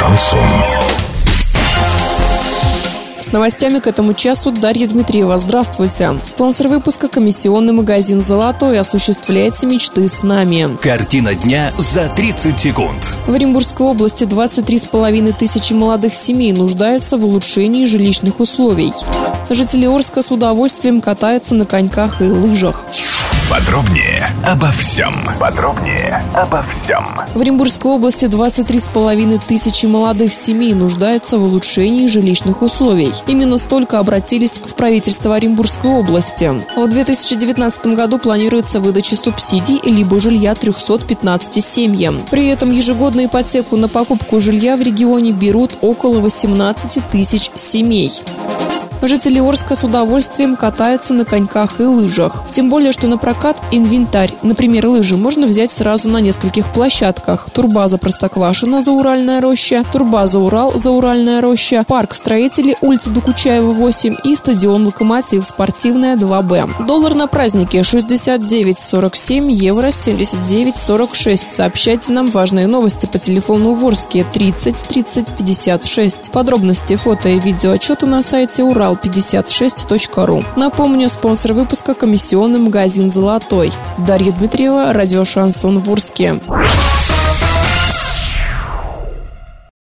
Шансон. С новостями к этому часу Дарья Дмитриева. Здравствуйте. Спонсор выпуска — комиссионный магазин «Золотой». Осуществляйте мечты с нами. Картина дня за 30 секунд. В Оренбургской области 23,5 тысячи молодых семей нуждаются в улучшении жилищных условий. Жители Орска с удовольствием катаются на коньках и лыжах. Подробнее обо всем. В Оренбургской области 23,5 тысячи молодых семей нуждаются в улучшении жилищных условий. Именно столько обратились в правительство Оренбургской области. В 2019 году планируется выдача субсидий либо жилья 315 семьям. При этом ежегодно ипотеку на покупку жилья в регионе берут около 18 тысяч семей. Жители Орска с удовольствием катаются на коньках и лыжах. Тем более, что на прокат инвентарь, например, лыжи, можно взять сразу на нескольких площадках. Турбаза Простоквашино, Зауральная роща, Турбаза Урал, Зауральная роща, парк Строителей, улица Докучаева, 8 и стадион Локомотив, Спортивная, 2Б. Доллар на празднике 69,47, евро 79,46. Сообщайте нам важные новости по телефону в Орске 30 30 56. Подробности, фото и видеоотчеты на сайте урал56.ру. Напомню, спонсор выпуска — комиссионный магазин «Золотой». Дарья Дмитриева, радио «Шансон» в Орске.